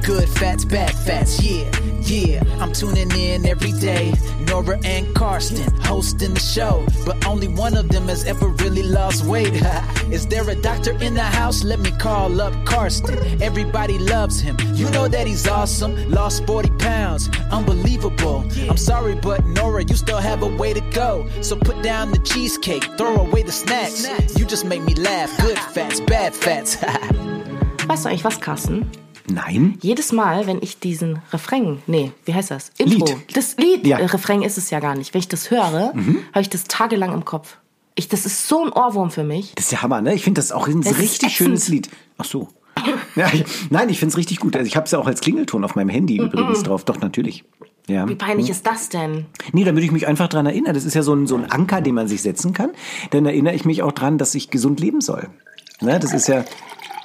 Good fats, bad fats, yeah, yeah. I'm tuning in every day. Nora and Karsten hosting the show, but only one of them has ever really lost weight. Is there a doctor in the house? Let me call up Karsten. Everybody loves him. You know that he's awesome. Lost 40 pounds. Unbelievable. I'm sorry, but Nora, you still have a way to go. So put down the cheesecake, throw away the snacks. You just make me laugh. Good fats, bad fats. Weißt du eigentlich was, Carsten? Nein. Jedes Mal, wenn ich diesen Refrain, wie heißt das? Intro. Lied. Das Lied, Ja. Refrain ist es ja gar nicht. Wenn ich das höre, habe ich das tagelang im Kopf. Das ist so ein Ohrwurm für mich. Das ist ja Hammer, ne? Ich finde das auch ein Das ist richtig ätzend. schönes Lied. Ach so. Ja, nein, ich finde es richtig gut. Also ich habe es ja auch als Klingelton auf meinem Handy übrigens drauf. Doch, natürlich. Ja. Wie peinlich ist das denn? Nee, da würde ich mich einfach dran erinnern. Das ist ja so ein Anker, den man sich setzen kann. Dann erinnere ich mich auch dran, dass ich gesund leben soll. Ne? Das ist ja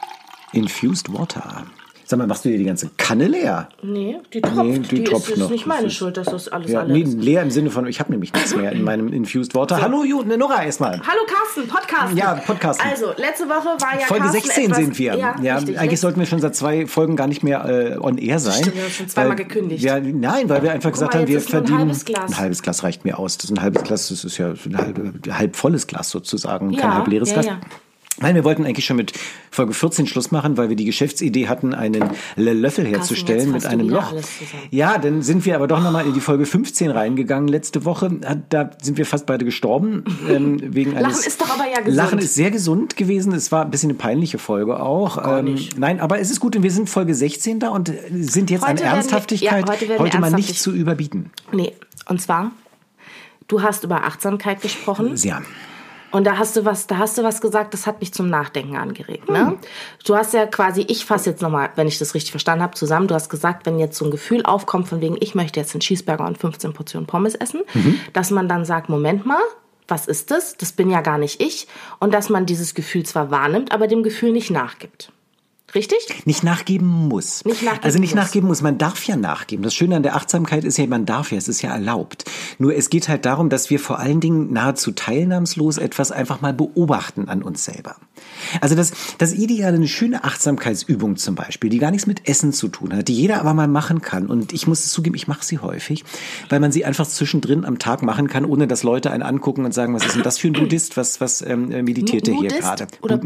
Infused Water. Sag mal, machst du dir die ganze Kanne leer? Nee, die tropft. Nee, die tropft ist noch. nicht meine Das ist- Schuld, dass das alles Ja, alle nee, ist. leer im Sinne von, ich habe nämlich nichts mehr in meinem Infused Water. Hallo, Nora, erstmal. Hallo Carsten, Podcast. Ja, Podcasten. Also, letzte Woche war ja Folge Carsten 16 etwas, sind wir. Ja, richtig. Eigentlich sollten wir schon seit 2 Folgen gar nicht mehr on air sein. Stimmt, wir haben schon zweimal Weil- gekündigt. Ja, nein, weil wir einfach gesagt mal, haben, wir jetzt ist nur ein verdienen... halbes Glas. Ein halbes Glas reicht mir aus. Das ist ein halbes Glas, das ist ja so ein halb volles Glas sozusagen, Ja, kein halb leeres ja, Glas. ja. Nein, wir wollten eigentlich schon mit Folge 14 Schluss machen, weil wir die Geschäftsidee hatten, einen Löffel herzustellen jetzt mit fasst du einem wieder Loch. alles zusammen. Ja, dann sind wir aber doch nochmal in die Folge 15 reingegangen letzte Woche. Da sind wir fast beide gestorben. Wegen eines Lachen ist doch aber ja gesund. Lachen ist sehr gesund gewesen. Es war ein bisschen eine peinliche Folge auch. Gar nicht. Nein, aber es ist gut und wir sind Folge 16 da und sind jetzt Heute an werden wir- Ernsthaftigkeit ja, heute werden wir mal nicht ernsthaftig. zu überbieten. Nee, und zwar, du hast über Achtsamkeit gesprochen. Ja. Und da hast du was gesagt, das hat mich zum Nachdenken angeregt. Ne? Du hast ja quasi, ich fasse jetzt nochmal, wenn ich das richtig verstanden habe, zusammen. Du hast gesagt, wenn jetzt so ein Gefühl aufkommt von wegen, ich möchte jetzt einen Cheeseburger und 15 Portionen Pommes essen, dass man dann sagt, Moment mal, was ist das? Das bin ja gar nicht ich. Und dass man dieses Gefühl zwar wahrnimmt, aber dem Gefühl nicht nachgibt. Richtig? Nicht nachgeben muss. Nicht nachgeben also nicht muss. nachgeben muss, man darf ja nachgeben. Das Schöne an der Achtsamkeit ist ja, man darf ja, es ist ja erlaubt. Nur es geht halt darum, dass wir vor allen Dingen nahezu teilnahmslos etwas einfach mal beobachten an uns selber. Also das Ideale, eine schöne Achtsamkeitsübung zum Beispiel, die gar nichts mit Essen zu tun hat, die jeder aber mal machen kann. Und ich muss es zugeben, ich mache sie häufig, weil man sie einfach zwischendrin am Tag machen kann, ohne dass Leute einen angucken und sagen, was ist denn das für ein Buddhist, was meditiert der hier Nudist? gerade? Oder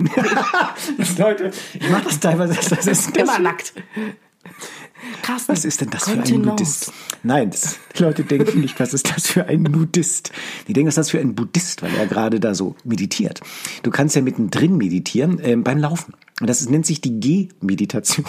Leute, ich mache das teilweise, das ist immer nackt. Carsten, was ist denn das für ein Kontenance. Nudist? Nein, die Leute denken nicht, was ist das für ein Nudist? Die denken, was ist das für ein Buddhist, weil er gerade da so meditiert. Du kannst ja mittendrin meditieren beim Laufen. Und das nennt sich die Gehmeditation.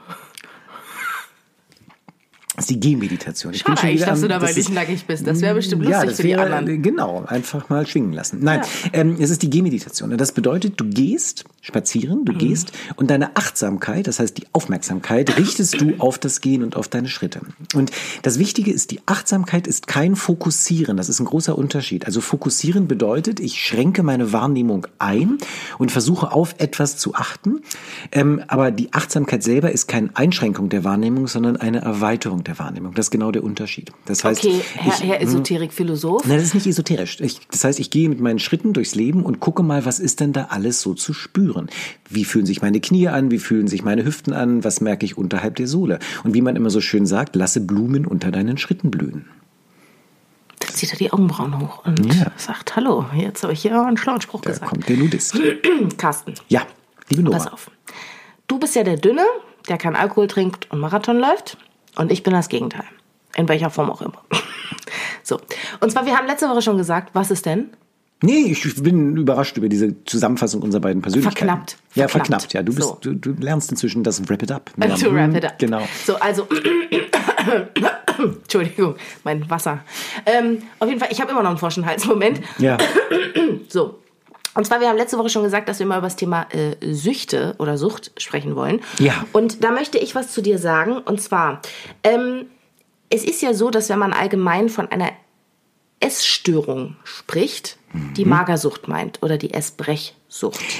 Das ist die Gehmeditation. Ich bin Schade schon eigentlich, wieder dass du am- dabei das nicht ist- nackig bist. Das wäre bestimmt lustig ja, das für die wäre, anderen. genau, einfach mal schwingen lassen. Nein, es ist die Gehmeditation. Und das bedeutet, du gehst spazieren, du gehst und deine Achtsamkeit, das heißt die Aufmerksamkeit, richtest du auf das Gehen und auf deine Schritte. Und das Wichtige ist, die Achtsamkeit ist kein Fokussieren. Das ist ein großer Unterschied. Also Fokussieren bedeutet, ich schränke meine Wahrnehmung ein und versuche auf etwas zu achten. Aber die Achtsamkeit selber ist keine Einschränkung der Wahrnehmung, sondern eine Erweiterung der Wahrnehmung. Das ist genau der Unterschied. Das heißt, Okay, Herr Esoterik-Philosoph. Nein, das ist nicht esoterisch. Das heißt, ich gehe mit meinen Schritten durchs Leben und gucke mal, was ist denn da alles so zu spüren? Wie fühlen sich meine Knie an? Wie fühlen sich meine Hüften an? Was merke ich unterhalb der Sohle? Und wie man immer so schön sagt, lasse Blumen unter deinen Schritten blühen. Dann zieht er die Augenbrauen hoch und Ja. sagt, hallo, jetzt habe ich hier einen schlauen Spruch Da gesagt. kommt der Nudist. Carsten, Ja, liebe Nora. pass auf. Du bist ja der Dünne, der keinen Alkohol trinkt und Marathon läuft. Und ich bin das Gegenteil. In welcher Form auch immer. So. Und zwar, wir haben letzte Woche schon gesagt, was ist denn? Nee, ich bin überrascht über diese Zusammenfassung unserer beiden Persönlichkeiten. Verknappt. Ja, Verknappt. verknappt. Ja, So. du lernst inzwischen das Wrap It Up. To wrap it up. Genau. So, also, Entschuldigung, mein Wasser. Auf jeden Fall, ich habe immer noch einen Froschenhals-Moment. Ja. So. Und zwar, wir haben letzte Woche schon gesagt, dass wir mal über das Thema Süchte oder Sucht sprechen wollen. Ja. Und da möchte ich was zu dir sagen. Und zwar, es ist ja so, dass wenn man allgemein von einer Essstörung spricht, die Magersucht meint oder die Essbrechsucht.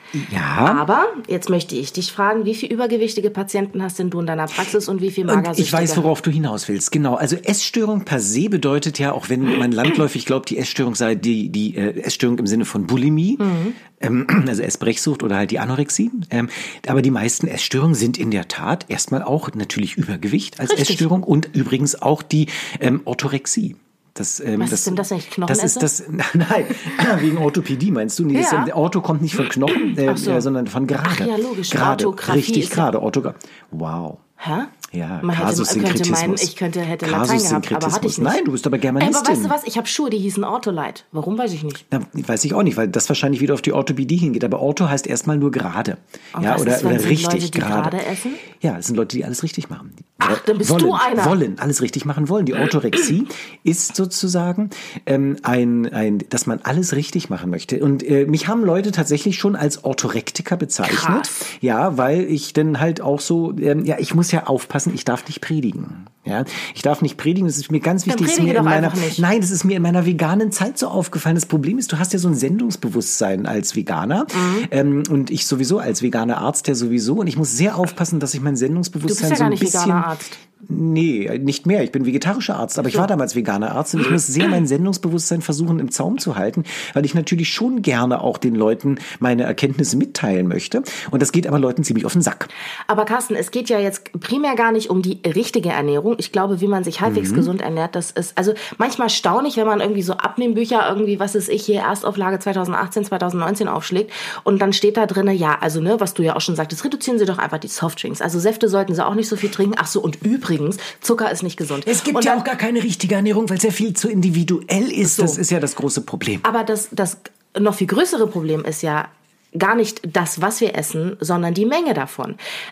Ja. Aber jetzt möchte ich dich fragen, wie viele übergewichtige Patienten hast denn du in deiner Praxis und wie viel Magersüchtige? Ich weiß, worauf du hinaus willst. Genau. Also Essstörung per se bedeutet ja, auch wenn man landläufig glaubt, die Essstörung sei die Essstörung im Sinne von Bulimie, also Essbrechsucht oder halt die Anorexie. Aber die meisten Essstörungen sind in der Tat erstmal auch natürlich Übergewicht als Richtig. Essstörung und übrigens auch die Orthorexie. Was ist denn das, wenn ich Knochen esse? Nein, wegen Orthopädie meinst du? Nee, Ja. der Ortho kommt nicht von Knochen, sondern von gerade. Ach ja, logisch. Gerade, Orthographie richtig ist gerade. Wow. Hä? Ja, Man könnte meinen, ich hätte Latein gehabt, aber hatte ich nicht. Nein, du bist aber Germanistin. Aber weißt du was, ich habe Schuhe, die hießen Ortholite. Warum, weiß ich nicht. Na, weiß ich auch nicht, weil das wahrscheinlich wieder auf die Orthopädie hingeht. Aber Ortho heißt erstmal nur gerade. Und ja, was oder ist, wenn richtig Leute, die gerade. gerade essen? Ja, das sind Leute, die alles richtig machen. Ach, dann bist du einer. Wollen, alles richtig machen wollen. Die Orthorexie ist sozusagen dass man alles richtig machen möchte. Und mich haben Leute tatsächlich schon als Orthorektiker bezeichnet. Krass. Ja, weil ich dann halt auch so, ich muss ja aufpassen, ich darf nicht predigen. Ja, ich darf nicht predigen, das ist mir ganz wichtig. predige doch einfach nicht. Nein, das ist mir in meiner veganen Zeit so aufgefallen. Das Problem ist, du hast ja so ein Sendungsbewusstsein als Veganer und ich sowieso als veganer Arzt ja sowieso und ich muss sehr aufpassen, dass ich mein Sendungsbewusstsein Du bist ja so gar ein nicht bisschen... veganer Arzt. Nee, nicht mehr. Ich bin vegetarischer Arzt, aber ich war damals veganer Arzt und ich muss sehr mein Sendungsbewusstsein versuchen im Zaum zu halten, weil ich natürlich schon gerne auch den Leuten meine Erkenntnisse mitteilen möchte und das geht aber Leuten ziemlich auf den Sack. Aber Carsten, es geht ja jetzt primär gar nicht um die richtige Ernährung. Ich glaube, wie man sich halbwegs gesund ernährt, das ist, also manchmal staunlich, wenn man irgendwie so Abnehmbücher irgendwie, was ist ich hier, Erstauflage 2018, 2019 aufschlägt und dann steht da drinne, ja, also ne, was du ja auch schon sagtest, reduzieren Sie doch einfach die Softdrinks. Also Säfte sollten Sie auch nicht so viel trinken. Ach so, und übrigens, Zucker ist nicht gesund. Es gibt und ja dann, auch gar keine richtige Ernährung, weil es ja viel zu individuell ist. So. Das ist ja das große Problem. Aber das noch viel größere Problem ist ja gar nicht das, was wir essen, sondern die Menge davon.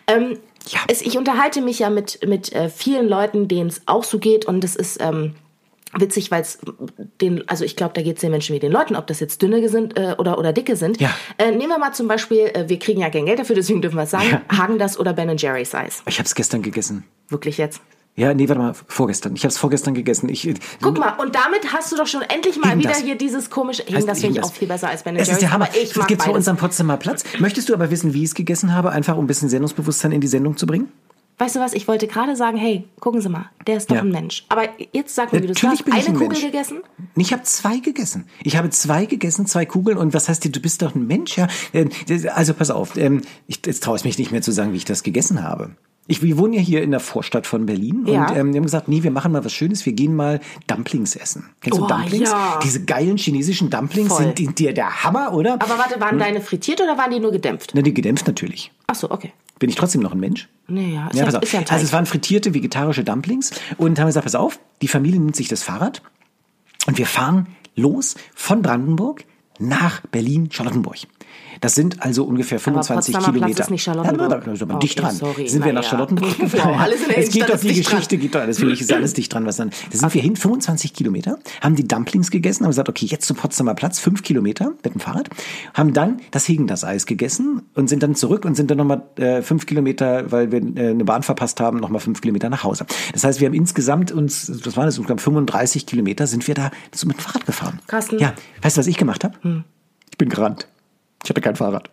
Ich unterhalte mich ja mit vielen Leuten, denen es auch so geht und es ist witzig, weil es also ich glaube, da geht es den Menschen wie den Leuten, ob das jetzt dünne sind oder dicke sind. Ja. Nehmen wir mal zum Beispiel, wir kriegen ja kein Geld dafür, deswegen dürfen wir es sagen, Häagen-Dazs oder Ben & Jerry's Eis. Ich habe es gestern gegessen. Wirklich jetzt? Ja, nee, warte mal, vorgestern. Ich habe es vorgestern gegessen. Guck mal, und damit hast du doch schon endlich mal Häagen-Dazs. wieder hier dieses komische... Häagen-Dazs finde ich auch viel besser als Ben & Jerry's. Es ist der Hammer. Aber ich mag Das gibt's bei beides. uns am Potsdamer Platz. Möchtest du aber wissen, wie ich es gegessen habe? Einfach um ein bisschen Sendungsbewusstsein in die Sendung zu bringen? Weißt du was, ich wollte gerade sagen, hey, gucken Sie mal, der ist doch Ja. ein Mensch. Aber jetzt sag mir, wie du es Natürlich hast. bin ich Eine ein Kugel Mensch. gegessen? Ich habe 2 gegessen. Ich habe 2 gegessen, 2 Kugeln. Und was heißt dir, du bist doch ein Mensch? Ja, also pass auf, jetzt traue ich mich nicht mehr zu sagen, wie ich das gegessen habe. Wir wohnen ja hier in der Vorstadt von Berlin und Ja. wir haben gesagt, nee, wir machen mal was Schönes, wir gehen mal Dumplings essen. Kennst du Oh, Dumplings? ja. Diese geilen chinesischen Dumplings Voll. sind der Hammer, oder? Aber warte, waren deine frittiert oder waren die nur gedämpft? Na, die gedämpft natürlich. Ach so, okay. Bin ich trotzdem noch ein Mensch? Nee, ja, Ja, pass auf. ist ja ein Teig. Also es waren frittierte vegetarische Dumplings und haben gesagt, pass auf, die Familie nimmt sich das Fahrrad und wir fahren los von Brandenburg nach Berlin-Charlottenburg. Das sind also ungefähr 25 Potsdamer Kilometer. Platz ist nicht Charlottenburg. Ja, da ist aber Okay, dicht dran. sorry, Sind wir na nach ja. Charlottenburg gefahren? Wow, alles in der Es geht Innenstadt doch ist die dicht dran. Geschichte, geht doch alles. Für mich ist alles dicht dran, was dann. Da sind wir hin, 25 Kilometer, haben die Dumplings gegessen, haben gesagt, okay, jetzt zum Potsdamer Platz, 5 Kilometer mit dem Fahrrad, haben dann das Häagen-Dazs-Eis gegessen und sind dann zurück und sind dann nochmal 5 Kilometer, weil wir eine Bahn verpasst haben, nochmal 5 Kilometer nach Hause. Das heißt, wir haben insgesamt uns, was waren das, 35 Kilometer sind wir da so mit dem Fahrrad gefahren. Carsten. Ja, weißt du, was ich gemacht habe? Ich bin gerannt. Ich hatte kein Fahrrad.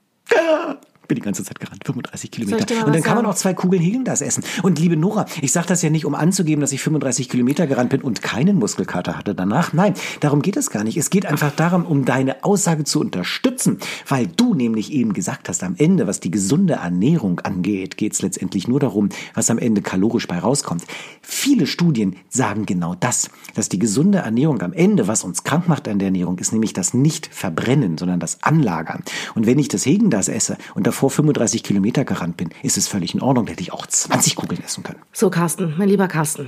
Bin die ganze Zeit gerannt, 35 Soll ich Kilometer. dir mal Und dann was kann man sagen? auch 2 Kugeln Häagen-Dazs essen. Und liebe Nora, ich sage das ja nicht, um anzugeben, dass ich 35 Kilometer gerannt bin und keinen Muskelkater hatte danach. Nein, darum geht es gar nicht. Es geht einfach darum, um deine Aussage zu unterstützen. Weil du nämlich eben gesagt hast, am Ende, was die gesunde Ernährung angeht, geht es letztendlich nur darum, was am Ende kalorisch bei rauskommt. Viele Studien sagen genau das, dass die gesunde Ernährung am Ende, was uns krank macht an der Ernährung, ist nämlich das Nicht-Verbrennen, sondern das Anlagern. Und wenn ich das Häagen-Dazs esse und davor 35 Kilometer gerannt bin, ist es völlig in Ordnung. Da hätte ich auch 20 Kugeln essen können. So, Carsten, mein lieber Carsten.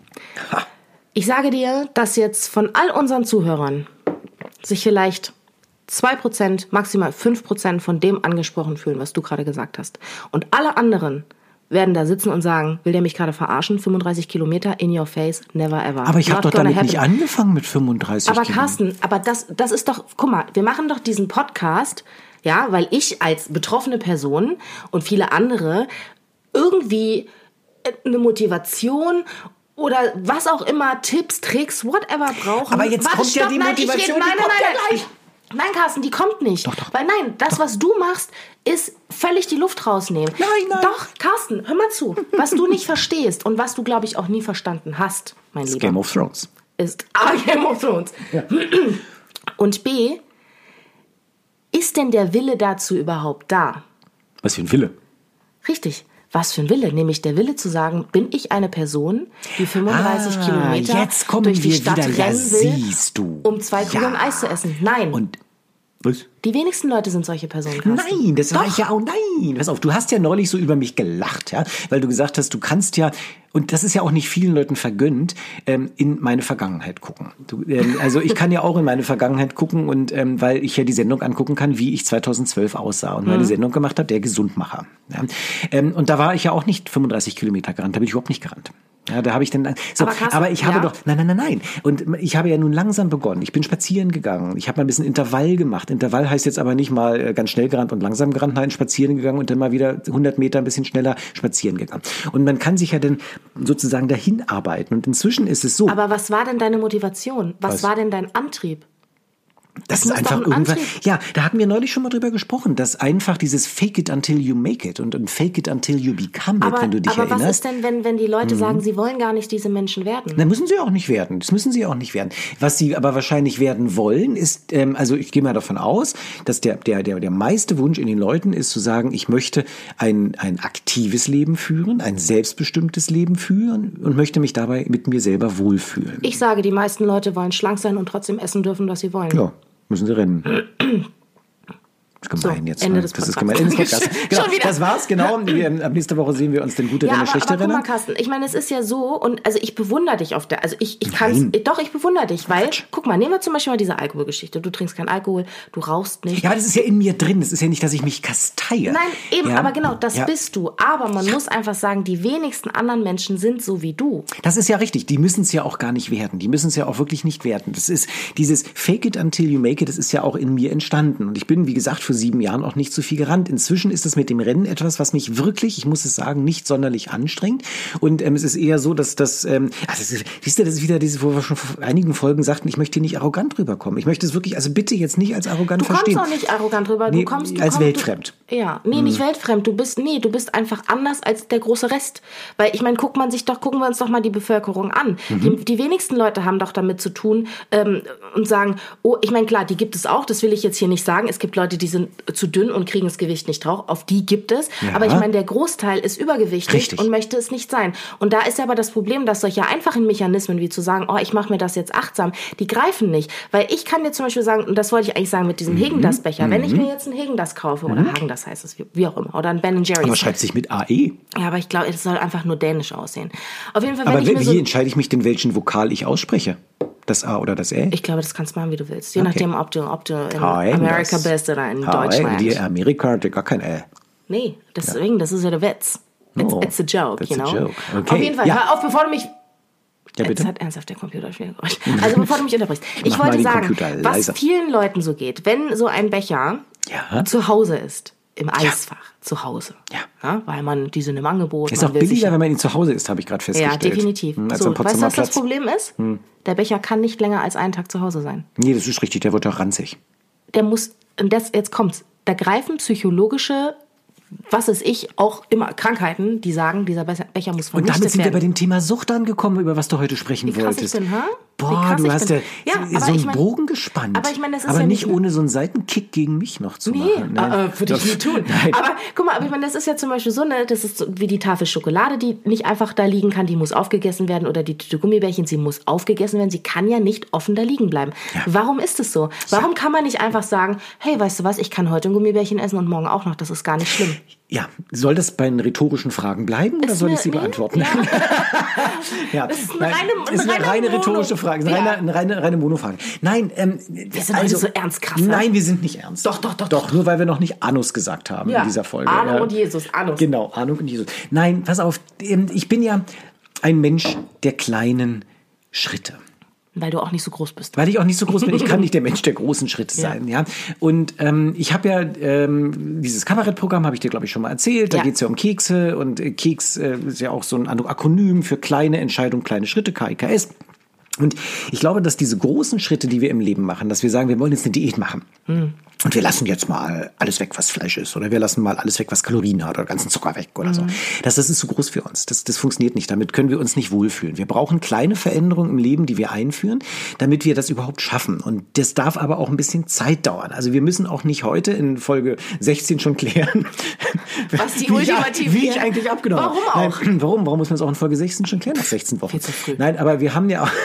Ich sage dir, dass jetzt von all unseren Zuhörern sich vielleicht 2%, maximal 5% von dem angesprochen fühlen, was du gerade gesagt hast. Und alle anderen werden da sitzen und sagen, will der mich gerade verarschen? 35 Kilometer in your face, never ever. Aber ich habe Not doch gonna damit nicht happen. angefangen mit 35 Aber Kilometern. Carsten, aber das ist doch, guck mal, wir machen doch diesen Podcast, ja, weil ich als betroffene Person und viele andere irgendwie eine Motivation oder was auch immer, Tipps, Tricks, whatever brauchen. Aber jetzt kommt ja die Motivation, die Nein, kommt ja gleich. Nein, Carsten, die kommt nicht. Doch. Weil nein, das, was du machst, ist völlig die Luft rausnehmen. Nein. Doch, Carsten, hör mal zu. Was du nicht verstehst und was du, glaube ich, auch nie verstanden hast, mein Lieber. Game of Thrones. Ist A, Game of Thrones. Ja. Und B, ist denn der Wille dazu überhaupt da? Was für ein Wille? Richtig. Was für ein Wille? Nämlich der Wille zu sagen, bin ich eine Person, die 35 Kilometer jetzt kommen durch die wir Stadt wieder. rennen will, siehst du. um 2 Kugeln Eis zu essen? Nein. Und was? Die wenigsten Leute sind solche Personen, Carsten. Nein, das war ich ja auch. Nein, pass auf, du hast ja neulich so über mich gelacht, ja, weil du gesagt hast, du kannst ja, und das ist ja auch nicht vielen Leuten vergönnt, in meine Vergangenheit gucken. Also ich kann ja auch in meine Vergangenheit gucken und weil ich ja die Sendung angucken kann, wie ich 2012 aussah und meine Sendung gemacht habe, der Gesundmacher. Ja. Und da war ich ja auch nicht 35 Kilometer gerannt, da bin ich überhaupt nicht gerannt. Ja, da habe ich dann so, aber ich habe doch nein. Und ich habe ja nun langsam begonnen. Ich bin spazieren gegangen. Ich habe mal ein bisschen Intervall gemacht. Intervall heißt jetzt aber nicht mal ganz schnell gerannt und langsam gerannt, nein, spazieren gegangen und dann mal wieder 100 Meter ein bisschen schneller spazieren gegangen. Und man kann sich ja dann sozusagen dahin arbeiten. Und inzwischen ist es so. Aber was war denn deine Motivation? Was war denn dein Antrieb? Das ist einfach irgendwann. Ja, da hatten wir neulich schon mal drüber gesprochen, dass einfach dieses Fake it until you make it und fake it until you become it, wenn du dich erinnerst. Aber was ist denn, wenn die Leute sagen, sie wollen gar nicht diese Menschen werden? Dann müssen sie auch nicht werden. Das müssen sie auch nicht werden. Was sie aber wahrscheinlich werden wollen, ist, also ich gehe mal davon aus, dass der meiste Wunsch in den Leuten ist zu sagen, ich möchte ein aktives Leben führen, ein selbstbestimmtes Leben führen und möchte mich dabei mit mir selber wohlfühlen. Ich sage, die meisten Leute wollen schlank sein und trotzdem essen dürfen, was sie wollen. Ja. Müssen sie rennen. Das ist gemein so, jetzt. Ende des das ist gemein. Ende des Podcasts. Genau, das war's, genau. Ab nächste Woche sehen wir uns den gute Renner, schlechte Renner. Aber guck mal, Carsten, ich meine, es ist ja so, und also ich bewundere dich auf der, also ich bewundere dich, weil, guck mal, nehmen wir zum Beispiel mal diese Alkoholgeschichte. Du trinkst keinen Alkohol, du rauchst nicht. Ja, aber das ist ja in mir drin. Das ist ja nicht, dass ich mich kasteie. Nein, eben, ja? Aber genau, das bist du. Aber man muss einfach sagen, die wenigsten anderen Menschen sind so wie du. Das ist ja richtig. Die müssen es ja auch gar nicht werden. Die müssen es ja auch wirklich nicht werden. Das ist dieses Fake it until you make it, das ist ja auch in mir entstanden. Und ich bin, wie gesagt, vor 7 Jahren auch nicht so viel gerannt. Inzwischen ist es mit dem Rennen etwas, was mich wirklich, ich muss es sagen, nicht sonderlich anstrengt. Und es ist eher so, dass das, siehst du, das ist wieder diese, wo wir schon vor einigen Folgen sagten, ich möchte hier nicht arrogant rüberkommen. Ich möchte es wirklich, also bitte jetzt nicht als arrogant verstehen. Du kommst auch nicht arrogant rüber. Nee, als weltfremd. Nicht weltfremd. Du bist einfach anders als der große Rest. Weil ich meine, gucken wir uns doch mal die Bevölkerung an. Die wenigsten Leute haben doch damit zu tun und sagen, oh, ich meine, klar, die gibt es auch, das will ich jetzt hier nicht sagen. Es gibt Leute, die sind zu dünn und kriegen das Gewicht nicht drauf. Auf die gibt es. Ja. Aber ich meine, der Großteil ist übergewichtig und möchte es nicht sein. Und da ist ja aber das Problem, dass solche einfachen Mechanismen wie zu sagen, oh, ich mache mir das jetzt achtsam, die greifen nicht. Weil ich kann dir zum Beispiel sagen, und das wollte ich eigentlich sagen mit diesem Häagen-Dazs-Becher, wenn ich mir jetzt einen Häagen-Dazs kaufe, oder Häagen-Dazs heißt es, wie auch immer, oder ein Ben & Jerry's. Aber schreibt sich mit AE. Ja, aber ich glaube, es soll einfach nur dänisch aussehen. Auf jeden Fall, aber wie entscheide ich mich denn, welchen Vokal ich ausspreche? Das A oder das E? Ich glaube, das kannst du machen, wie du willst. Je nachdem, ob du in Amerika bist oder in Deutschland. Die Amerika hat gar kein E. Nee, deswegen, das ist ja der Witz. It's a joke, you know. Okay. Auf jeden Fall, hör auf, bevor du mich... Ja, bitte? Jetzt hat ernsthaft der Computer schwer Geräusch. Also bevor du mich unterbrichst. Ich wollte sagen, was vielen Leuten so geht, wenn so ein Becher zu Hause ist, im Eisfach, zu Hause. Ja, weil die sind im Angebot. Ist auch billiger, wenn man ihn zu Hause isst, habe ich gerade festgestellt. Ja, definitiv. Weißt du, was das Problem ist? Der Becher kann nicht länger als einen Tag zu Hause sein. Nee, das ist richtig, der wird doch ranzig. Jetzt kommt's, da greifen psychologische, was ist auch immer Krankheiten, die sagen, dieser Becher muss vernichtet werden. Und damit sind wir bei dem Thema Sucht angekommen, über was du heute sprechen wolltest. Wie krass ich bin, ha? Boah, du hast ja so einen Bogen gespannt. Aber ich meine, das ist aber ja nicht ohne so einen Seitenkick gegen mich noch zu machen. Nee, würde ich nie tun. Nein. Aber guck mal, ich meine, das ist ja zum Beispiel so, das ist so wie die Tafel Schokolade, die nicht einfach da liegen kann, die muss aufgegessen werden, oder die Tüte Gummibärchen, sie muss aufgegessen werden, sie kann ja nicht offen da liegen bleiben. Ja. Warum ist es so? Warum kann man nicht einfach sagen, hey, weißt du was, ich kann heute ein Gummibärchen essen und morgen auch noch, das ist gar nicht schlimm. Ja, soll das bei den rhetorischen Fragen bleiben oder soll ich sie beantworten? Ja. Das ist eine reine rhetorische Frage, eine reine Monofrage. Nein, wir sind also so ernst, krass. Nein, wir sind nicht ernst. Doch. Nur weil wir noch nicht Anus gesagt haben in dieser Folge. Ahnung und Jesus, Anus. Genau, Ahnung und Jesus. Nein, pass auf, ich bin ja ein Mensch der kleinen Schritte. Weil du auch nicht so groß bist. Weil ich auch nicht so groß bin. Ich kann nicht der Mensch der großen Schritte sein. Ja. Und ich habe ja dieses Kabarettprogramm, habe ich dir, glaube ich, schon mal erzählt. Da geht's ja um Kekse. Und Keks ist ja auch so ein Akronym für kleine Entscheidungen, kleine Schritte, KIKS. Und ich glaube, dass diese großen Schritte, die wir im Leben machen, dass wir sagen, wir wollen jetzt eine Diät machen. Und wir lassen jetzt mal alles weg, was Fleisch ist. Oder wir lassen mal alles weg, was Kalorien hat. Oder ganzen Zucker weg oder so. Das ist zu groß für uns. Das funktioniert nicht. Damit können wir uns nicht wohlfühlen. Wir brauchen kleine Veränderungen im Leben, die wir einführen, damit wir das überhaupt schaffen. Und das darf aber auch ein bisschen Zeit dauern. Also wir müssen auch nicht heute in Folge 16 schon klären, was die ultimative wie ich eigentlich abgenommen habe. Warum auch? Nein, warum muss man es auch in Folge 16 schon klären, nach 16 Wochen? Viel zu früh. Nein, aber wir haben ja auch,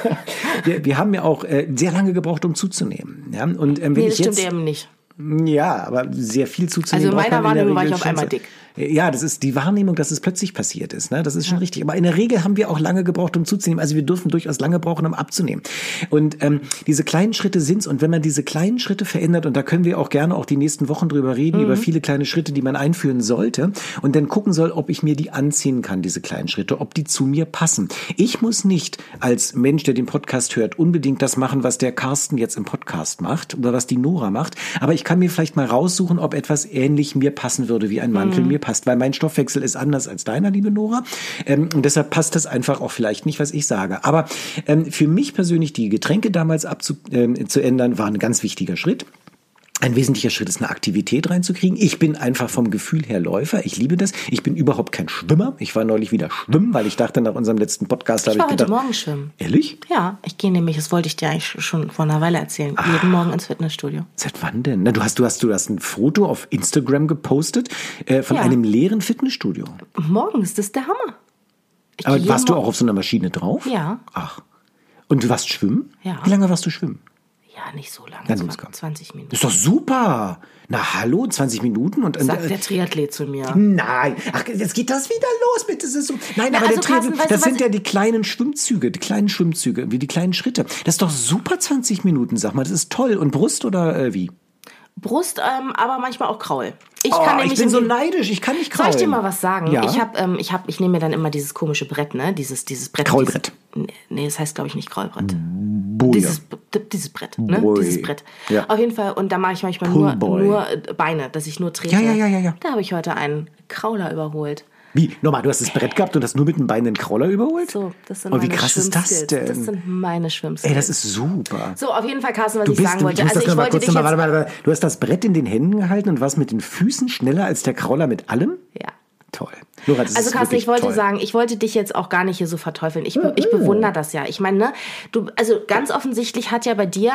wir haben ja auch sehr lange gebraucht, um zuzunehmen. Ja? Und wenn Nee, ich das jetzt stimmt eben nicht. Ja, aber sehr viel zuzunehmen. Also in meiner braucht man Wahrnehmung war der ich auf Regel einmal schon dick. Ja, das ist die Wahrnehmung, dass es plötzlich passiert ist. Ne? Das ist schon richtig. Aber in der Regel haben wir auch lange gebraucht, um zuzunehmen. Also wir dürfen durchaus lange brauchen, um abzunehmen. Und diese kleinen Schritte sind's. Und wenn man diese kleinen Schritte verändert, und da können wir auch gerne auch die nächsten Wochen drüber reden, über viele kleine Schritte, die man einführen sollte, und dann gucken soll, ob ich mir die anziehen kann, diese kleinen Schritte, ob die zu mir passen. Ich muss nicht als Mensch, der den Podcast hört, unbedingt das machen, was der Carsten jetzt im Podcast macht oder was die Nora macht. Aber ich kann mir vielleicht mal raussuchen, ob etwas ähnlich mir passen würde, wie ein Mantel mir passt, weil mein Stoffwechsel ist anders als deiner, liebe Nora. Und deshalb passt das einfach auch vielleicht nicht, was ich sage. Aber für mich persönlich die Getränke damals zu ändern, war ein ganz wichtiger Schritt. Ein wesentlicher Schritt ist, eine Aktivität reinzukriegen. Ich bin einfach vom Gefühl her Läufer. Ich liebe das. Ich bin überhaupt kein Schwimmer. Ich war neulich wieder schwimmen, weil ich dachte, nach unserem letzten Podcast habe ich gedacht... Ich war heute Morgen schwimmen. Ehrlich? Ja, ich gehe nämlich, das wollte ich dir eigentlich schon vor einer Weile erzählen, jeden Morgen ins Fitnessstudio. Seit wann denn? Na, du hast ein Foto auf Instagram gepostet von einem leeren Fitnessstudio. Morgens, das ist der Hammer. Aber warst du auch auf so einer Maschine drauf? Ja. Ach. Und du warst schwimmen? Ja. Wie lange warst du schwimmen? Ja, nicht so lange. Dann los, komm. 20 Minuten. Das ist doch super. Na hallo, 20 Minuten und Sagt der Triathlet zu mir. Nein, ach, jetzt geht das wieder los mit das ist so. Nein, Na, aber also der Triathlon, Carsten, weißt das du, sind was ja die kleinen Schwimmzüge, wie die kleinen Schritte. Das ist doch super 20 Minuten, sag mal, das ist toll. Und Brust oder wie? Brust, aber manchmal auch Kraul. Ich bin so neidisch, ich kann nicht kraulen. Soll ich dir mal was sagen? Ja. Ich nehme mir dann immer dieses komische Brett, ne? Dieses Brett. Kraulbrett. Nee, das heißt, glaube ich, nicht Kraulbrett. Boje. Dieses Brett, ne? Boy. Dieses Brett. Ja. Auf jeden Fall, und da mache ich manchmal Pullboy. nur Beine, dass ich nur trete. Ja. Da habe ich heute einen Krauler überholt. Wie? Nochmal, du hast das Brett gehabt und hast nur mit den Beinen den Krauler überholt? So, das sind wie meine krass ist das Schwimmskills. denn? Das sind meine Schwimmskills. Ey, das ist super. So, auf jeden Fall, Carsten, was ich sagen wollte. Ich muss Also das ich noch mal wollte kurz dich noch mal, jetzt... warte. Du hast das Brett in den Händen gehalten und warst mit den Füßen schneller als der Krauler mit allem? Ja. Toll. Nora, das Also ist Carsten, wirklich ich wollte toll. sagen, ich wollte dich jetzt auch gar nicht hier so verteufeln. Ich bewundere das ja. Ich meine, ne, also ganz offensichtlich hat ja bei dir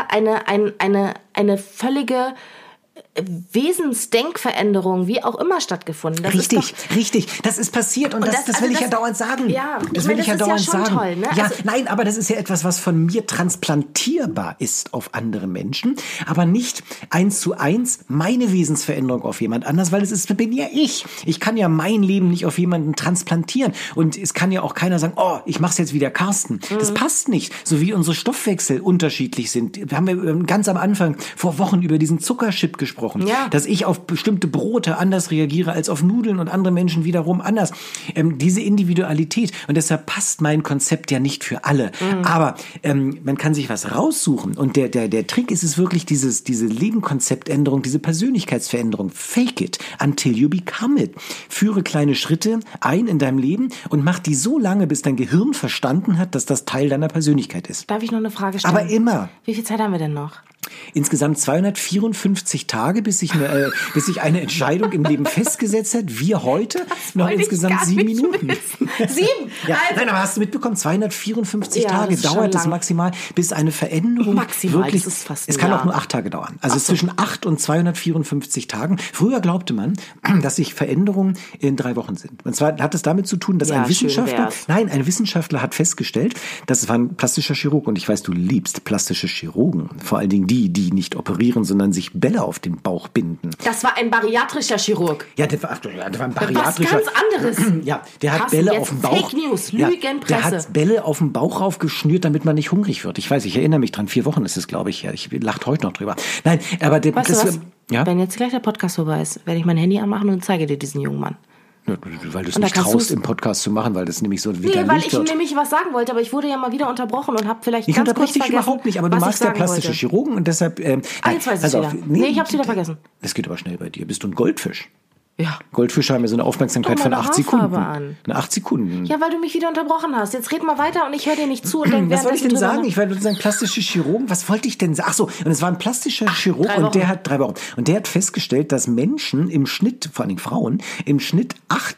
eine völlige Wesensdenkveränderung, wie auch immer, stattgefunden. Das Richtig, ist doch, richtig. Das ist passiert und das will ich ja dauernd sagen. Ja, das ich meine, will ich ja das ist dauernd ja schon sagen. toll, ne? Ja, Also, nein, aber das ist ja etwas, was von mir transplantierbar ist auf andere Menschen, aber nicht 1:1 meine Wesensveränderung auf jemand anders, weil bin ja ich. Ich kann ja mein Leben nicht auf jemanden transplantieren und es kann ja auch keiner sagen, oh, ich mach's jetzt wieder Carsten. Das passt nicht. So wie unsere Stoffwechsel unterschiedlich sind. Wir haben ja ganz am Anfang vor Wochen über diesen Zuckerchip gesprochen, Ja. dass ich auf bestimmte Brote anders reagiere als auf Nudeln und andere Menschen wiederum anders. Diese Individualität. Und deshalb passt mein Konzept ja nicht für alle. Aber man kann sich was raussuchen. Und der Trick ist es wirklich, diese Lebenkonzeptänderung, diese Persönlichkeitsveränderung. Fake it until you become it. Führe kleine Schritte ein in deinem Leben und mach die so lange, bis dein Gehirn verstanden hat, dass das Teil deiner Persönlichkeit ist. darf ich noch eine Frage stellen? Aber immer. Wie viel Zeit haben wir denn noch? Insgesamt 254 Tage, bis sich eine Entscheidung im Leben festgesetzt hat. Wir heute noch wollte ich insgesamt gar 7 nicht Minuten. wissen. 7? Ja, Also- nein, aber hast du mitbekommen, 254 Ja, Tage das ist schon dauert es lang. maximal, bis eine Veränderung Maximal, wirklich... das ist fast es ein kann Jahr. auch nur 8 Tage dauern. Also zwischen 8 und 254 Tagen. Früher glaubte man, dass sich Veränderungen in 3 Wochen sind. Und zwar hat es damit zu tun, dass Ja, ein Wissenschaftler... schön wär's. Nein, ein Wissenschaftler hat festgestellt, das war ein plastischer Chirurg und ich weiß, du liebst plastische Chirurgen. Vor allen Dingen die nicht operieren, sondern sich Bälle auf den Bauch binden. Das war ein bariatrischer Chirurg. Ja, der war ein bariatrischer. Was ganz anderes. Ja, der hat Carsten, Bälle jetzt auf dem Bauch. Fake News, Ja, Lügenpresse. der hat Bälle auf dem Bauch raufgeschnürt, damit man nicht hungrig wird. Ich weiß, ich erinnere mich dran. 4 Wochen ist es, glaube ich. Ja, ich lache heute noch drüber. Nein, aber Weißt du was? Ja? Wenn jetzt gleich der Podcast vorbei ist, werde ich mein Handy anmachen und zeige dir diesen jungen Mann. Ja, weil du es Und da nicht kannst traust, du's- im Podcast zu machen, weil das nämlich so Nee, widerlegt weil ich wird. nämlich was sagen wollte, aber ich wurde ja mal wieder unterbrochen und habe vielleicht Ich ganz unterbreche kurz dich vergessen, überhaupt nicht, aber du was ich magst ja sagen plastische wollte. Chirurgen und deshalb... Jetzt weiß ich's wieder. Nee, ich hab's wieder vergessen. Das geht aber schnell bei dir. Bist du ein Goldfisch? Ja. Goldfische haben ja so eine Aufmerksamkeit von 8 Sekunden. An. 8 Sekunden. Ja, weil du mich wieder unterbrochen hast. Jetzt red mal weiter und ich höre dir nicht zu. Und denk, was wollte ich denn sagen? Ich war sozusagen plastische Chirurgen. Was wollte ich denn sagen? Ach so, und es war ein plastischer Chirurg und der hat 3 Wochen. Und der hat festgestellt, dass Menschen im Schnitt, vor allem Frauen, im Schnitt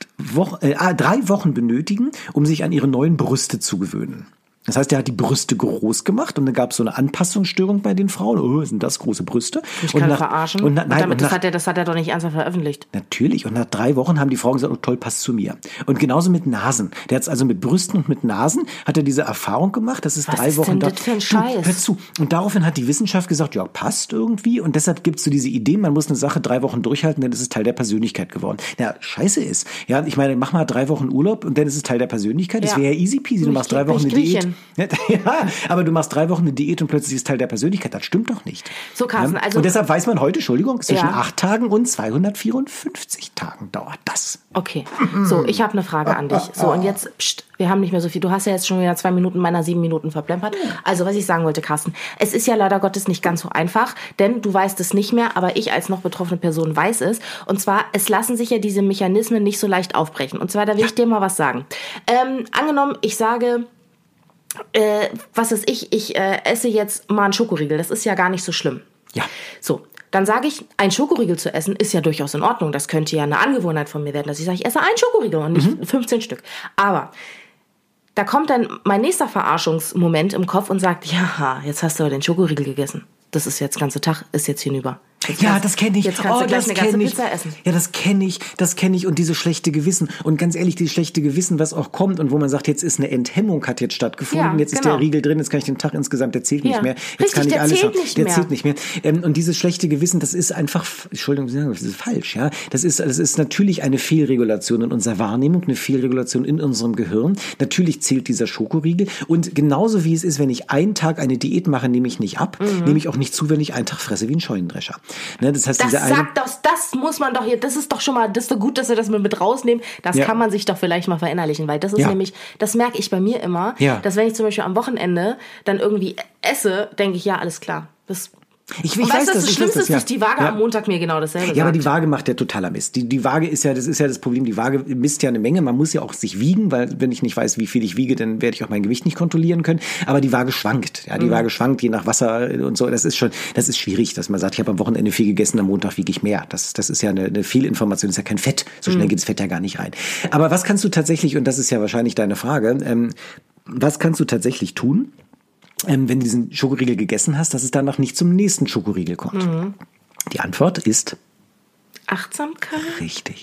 3 Wochen benötigen, um sich an ihre neuen Brüste zu gewöhnen. Das heißt, er hat die Brüste groß gemacht und dann gab es so eine Anpassungsstörung bei den Frauen. Oh, sind das große Brüste? Ich kann verarschen. Das hat er doch nicht ernsthaft veröffentlicht. Natürlich. Und nach 3 Wochen haben die Frauen gesagt, oh toll, passt zu mir. Und genauso mit Nasen. Der hat es also mit Brüsten und mit Nasen, hat er diese Erfahrung gemacht. Das ist 3 Wochen. Was ist denn das für ein Scheiß? Hör zu. Und daraufhin hat die Wissenschaft gesagt, ja, passt irgendwie. Und deshalb gibt es so diese Idee, man muss eine Sache 3 Wochen durchhalten, dann ist es Teil der Persönlichkeit geworden. Ja, scheiße ist. Ja, ich meine, mach mal 3 Wochen Urlaub und dann ist es Teil der Persönlichkeit. Das wäre ja easy peasy. Du machst 3 Wochen eine Diät. Ja, aber du machst 3 Wochen eine Diät und plötzlich ist Teil der Persönlichkeit. Das stimmt doch nicht. So, Carsten, also... Und deshalb weiß man heute, Entschuldigung, zwischen 8 Tagen und 254 Tagen dauert das. Okay, so, ich habe eine Frage an dich. So, und jetzt, wir haben nicht mehr so viel. Du hast ja jetzt schon wieder 2 Minuten meiner 7 Minuten verplempert. Also, was ich sagen wollte, Carsten, es ist ja leider Gottes nicht ganz so einfach, denn du weißt es nicht mehr, aber ich als noch betroffene Person weiß es. Und zwar, es lassen sich ja diese Mechanismen nicht so leicht aufbrechen. Und zwar, da will ich dir mal was sagen. Angenommen, ich sage... was ist ich esse jetzt mal einen Schokoriegel. Das ist ja gar nicht so schlimm. Ja. So, dann sage ich, ein Schokoriegel zu essen ist ja durchaus in Ordnung. Das könnte ja eine Angewohnheit von mir werden, dass ich sage, ich esse einen Schokoriegel und nicht 15 Stück. Aber da kommt dann mein nächster Verarschungsmoment im Kopf und sagt, ja, jetzt hast du aber den Schokoriegel gegessen. Das ist jetzt, ganze Tag ist jetzt hinüber. Ja, das kenne ich. Jetzt kannst du gleich eine ganze Pizza essen. Ja, das kenne ich. Und dieses schlechte Gewissen. Und ganz ehrlich, dieses schlechte Gewissen, was auch kommt und wo man sagt, jetzt ist eine Enthemmung, hat jetzt stattgefunden. Ja, jetzt ist der Riegel drin, jetzt kann ich den Tag insgesamt, der zählt nicht mehr. Jetzt richtig, kann ich der alles zählt haben. nicht Der mehr. zählt nicht mehr. Und dieses schlechte Gewissen, das ist einfach, Entschuldigung, das ist falsch. Ja, das ist natürlich eine Fehlregulation in unserer Wahrnehmung, eine Fehlregulation in unserem Gehirn. Natürlich zählt dieser Schokoriegel. Und genauso wie es ist, wenn ich einen Tag eine Diät mache, nehme ich nicht ab, nehme ich auch nicht zu, wenn ich einen Tag fresse wie ein Scheunendrescher. Ne, das heißt, das muss man doch hier, das ist doch schon mal, das ist doch gut, dass wir das mit rausnehmen. Das kann man sich doch vielleicht mal verinnerlichen, weil das ist nämlich, das merke ich bei mir immer, dass wenn ich zum Beispiel am Wochenende dann irgendwie esse, denke ich, ja, alles klar. Ich weiß, das Schlimmste ist, dass die Waage am Montag mir genau dasselbe sagt. Ja, aber die Waage macht ja totaler Mist. Die Waage ist ja, das ist ja das Problem, die Waage misst ja eine Menge. Man muss ja auch sich wiegen, weil wenn ich nicht weiß, wie viel ich wiege, dann werde ich auch mein Gewicht nicht kontrollieren können. Aber die Waage schwankt. Ja, die Waage schwankt je nach Wasser und so. Das ist schwierig, dass man sagt, ich habe am Wochenende viel gegessen, am Montag wiege ich mehr. Das ist ja eine Fehlinformation, das ist ja kein Fett. So schnell geht das Fett ja gar nicht rein. Aber was kannst du tatsächlich, und das ist ja wahrscheinlich deine Frage, was kannst du tatsächlich tun, wenn du diesen Schokoriegel gegessen hast, dass es danach nicht zum nächsten Schokoriegel kommt? Die Antwort ist Achtsamkeit. Richtig.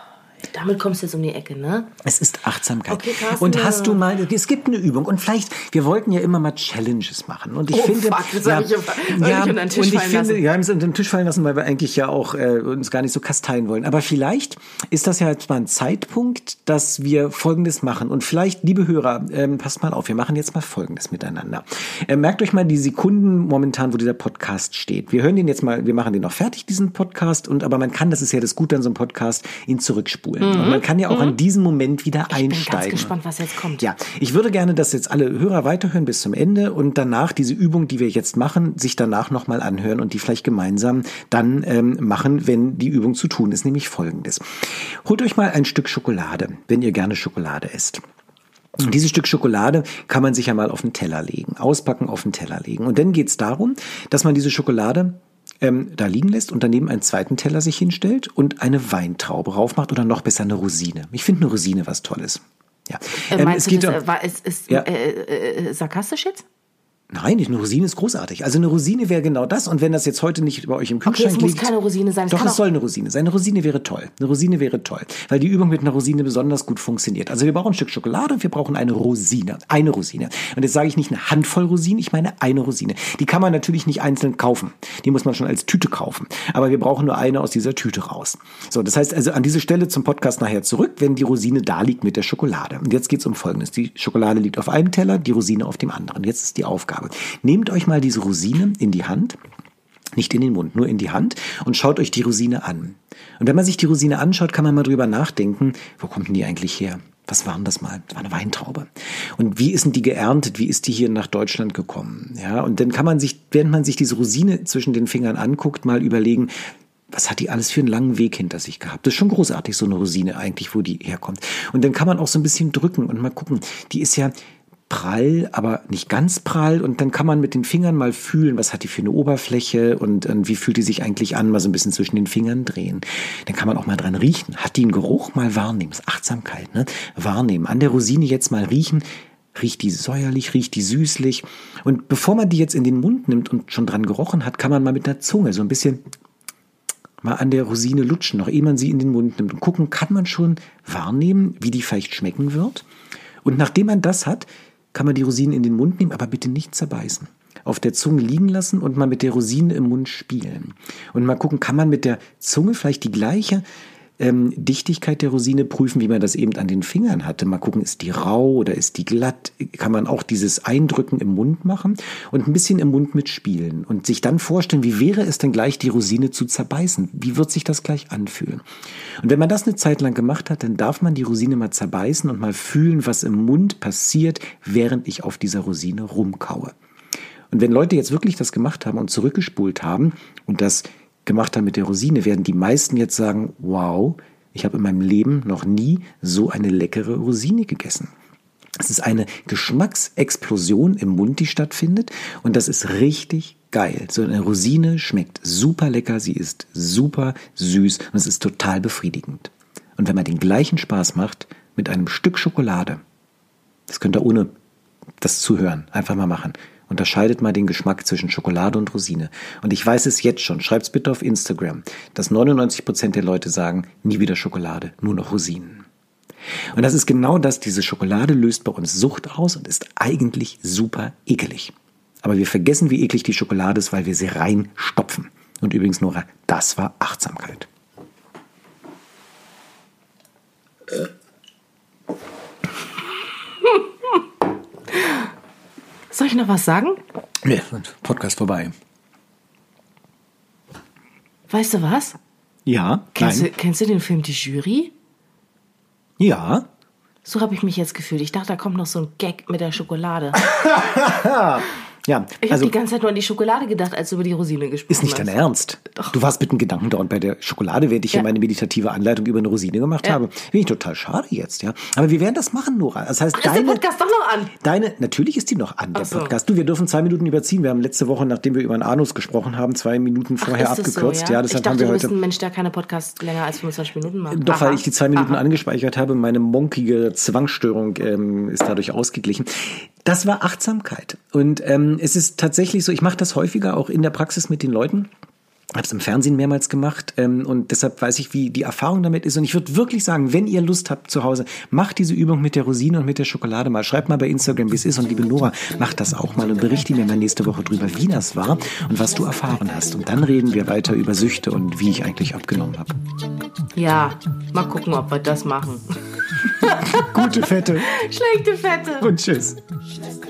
Damit kommst du jetzt um die Ecke, ne? Es ist Achtsamkeit. Okay, Carsten, und hast du mal, es gibt eine Übung und vielleicht, wir wollten ja immer mal Challenges machen und ich finde, das habe ich unter den Tisch fallen lassen. Wir haben es unter den Tisch fallen lassen, weil wir eigentlich ja auch uns gar nicht so kasteien wollen. Aber vielleicht ist das ja jetzt mal ein Zeitpunkt, dass wir Folgendes machen und vielleicht, liebe Hörer, passt mal auf, wir machen jetzt mal Folgendes miteinander. Merkt euch mal die Sekunden momentan, wo dieser Podcast steht. Wir hören den jetzt mal, wir machen den noch fertig, diesen Podcast, aber man kann, das ist ja das Gute an so einem Podcast, ihn zurückspulen. Und man kann ja auch an diesem Moment wieder einsteigen. Ich bin ganz gespannt, was jetzt kommt. Ja, ich würde gerne, dass jetzt alle Hörer weiterhören bis zum Ende und danach diese Übung, die wir jetzt machen, sich danach nochmal anhören und die vielleicht gemeinsam dann machen, wenn die Übung zu tun ist, nämlich Folgendes. Holt euch mal ein Stück Schokolade, wenn ihr gerne Schokolade esst. Und dieses Stück Schokolade kann man sich ja mal auf den Teller legen, auspacken, auf den Teller legen. Und dann geht es darum, dass man diese Schokolade da liegen lässt und daneben einen zweiten Teller sich hinstellt und eine Weintraube raufmacht oder noch besser eine Rosine. Ich finde eine Rosine was Tolles. Ja. Meinst du, das ist sarkastisch jetzt? Nein, eine Rosine ist großartig. Also eine Rosine wäre genau das. Und wenn das jetzt heute nicht bei euch im Kühlschrank liegt... Okay, es muss keine Rosine sein. Doch, es soll eine Rosine sein. Eine Rosine wäre toll. Eine Rosine wäre toll. Weil die Übung mit einer Rosine besonders gut funktioniert. Also wir brauchen ein Stück Schokolade und wir brauchen eine Rosine. Eine Rosine. Und jetzt sage ich nicht eine Handvoll Rosinen, ich meine eine Rosine. Die kann man natürlich nicht einzeln kaufen. Die muss man schon als Tüte kaufen. Aber wir brauchen nur eine aus dieser Tüte raus. So, das heißt also an diese Stelle zum Podcast nachher zurück, wenn die Rosine da liegt mit der Schokolade. Und jetzt geht's um Folgendes. Die Schokolade liegt auf einem Teller, die Rosine auf dem anderen. Jetzt ist die Aufgabe. Nehmt euch mal diese Rosine in die Hand, nicht in den Mund, nur in die Hand und schaut euch die Rosine an. Und wenn man sich die Rosine anschaut, kann man mal drüber nachdenken, wo kommt denn die eigentlich her? Was war denn das mal? Das war eine Weintraube. Und wie ist denn die geerntet? Wie ist die hier nach Deutschland gekommen? Ja, und dann kann man sich, während man sich diese Rosine zwischen den Fingern anguckt, mal überlegen, was hat die alles für einen langen Weg hinter sich gehabt? Das ist schon großartig, so eine Rosine eigentlich, wo die herkommt. Und dann kann man auch so ein bisschen drücken und mal gucken. Die ist ja prall, aber nicht ganz prall. Und dann kann man mit den Fingern mal fühlen, was hat die für eine Oberfläche und wie fühlt die sich eigentlich an, mal so ein bisschen zwischen den Fingern drehen. Dann kann man auch mal dran riechen. Hat die einen Geruch? Mal wahrnehmen. Das ist Achtsamkeit, ne? Wahrnehmen. An der Rosine jetzt mal riechen. Riecht die säuerlich, riecht die süßlich. Und bevor man die jetzt in den Mund nimmt und schon dran gerochen hat, kann man mal mit der Zunge so ein bisschen mal an der Rosine lutschen, noch ehe man sie in den Mund nimmt. Und gucken, kann man schon wahrnehmen, wie die vielleicht schmecken wird. Und nachdem man das hat, kann man die Rosinen in den Mund nehmen, aber bitte nicht zerbeißen. Auf der Zunge liegen lassen und mal mit der Rosine im Mund spielen. Und mal gucken, kann man mit der Zunge vielleicht die gleiche Dichtigkeit der Rosine prüfen, wie man das eben an den Fingern hatte. Mal gucken, ist die rau oder ist die glatt? Kann man auch dieses Eindrücken im Mund machen und ein bisschen im Mund mitspielen und sich dann vorstellen, wie wäre es denn gleich, die Rosine zu zerbeißen? Wie wird sich das gleich anfühlen? Und wenn man das eine Zeit lang gemacht hat, dann darf man die Rosine mal zerbeißen und mal fühlen, was im Mund passiert, während ich auf dieser Rosine rumkaue. Und wenn Leute jetzt wirklich das gemacht haben und zurückgespult haben und das gemacht haben mit der Rosine, werden die meisten jetzt sagen, wow, ich habe in meinem Leben noch nie so eine leckere Rosine gegessen. Es ist eine Geschmacksexplosion im Mund, die stattfindet und das ist richtig geil. So eine Rosine schmeckt super lecker, sie ist super süß und es ist total befriedigend. Und wenn man den gleichen Spaß macht mit einem Stück Schokolade, das könnt ihr ohne das zu hören einfach mal machen, unterscheidet mal den Geschmack zwischen Schokolade und Rosine. Und ich weiß es jetzt schon, schreibt's bitte auf Instagram, dass 99% der Leute sagen, nie wieder Schokolade, nur noch Rosinen. Und das ist genau das, diese Schokolade löst bei uns Sucht aus und ist eigentlich super ekelig. Aber wir vergessen, wie eklig die Schokolade ist, weil wir sie reinstopfen. Und übrigens, Nora, das war Achtsamkeit. Soll ich noch was sagen? Nee, Podcast vorbei. Weißt du was? Ja, Kennst du den Film Die Jury? Ja. So habe ich mich jetzt gefühlt. Ich dachte, da kommt noch so ein Gag mit der Schokolade. Ja, ich habe die ganze Zeit nur an die Schokolade gedacht, als du über die Rosine gesprochen hast. Ist nicht dein Ernst? Doch. Du warst mit einem Gedanken dauernd bei der Schokolade, während ich hier meine meditative Anleitung über eine Rosine gemacht habe. Finde ich total schade jetzt, ja. Aber wir werden das machen, Nora. Das heißt, ist der Podcast doch noch an? Natürlich ist die noch an, der so. Podcast. Du, wir dürfen 2 Minuten überziehen. Wir haben letzte Woche, nachdem wir über einen Anus gesprochen haben, 2 Minuten vorher ist das abgekürzt. So, ja? Deshalb ich dachte, haben wir du heute bist ein Mensch, der keine Podcasts länger als 25 Minuten macht. Doch, weil ich die 2 Minuten angespeichert habe, meine monkige Zwangsstörung ist dadurch ausgeglichen. Das war Achtsamkeit. Und es ist tatsächlich so, ich mache das häufiger auch in der Praxis mit den Leuten. Ich habe es im Fernsehen mehrmals gemacht und deshalb weiß ich, wie die Erfahrung damit ist. Und ich würde wirklich sagen, wenn ihr Lust habt zu Hause, macht diese Übung mit der Rosine und mit der Schokolade mal. Schreibt mal bei Instagram, wie es ist. Und liebe Nora, macht das auch mal und berichte mir mal nächste Woche drüber, wie das war und was du erfahren hast. Und dann reden wir weiter über Süchte und wie ich eigentlich abgenommen habe. Ja, mal gucken, ob wir das machen. Gute Fette. Schlechte Fette. Und tschüss.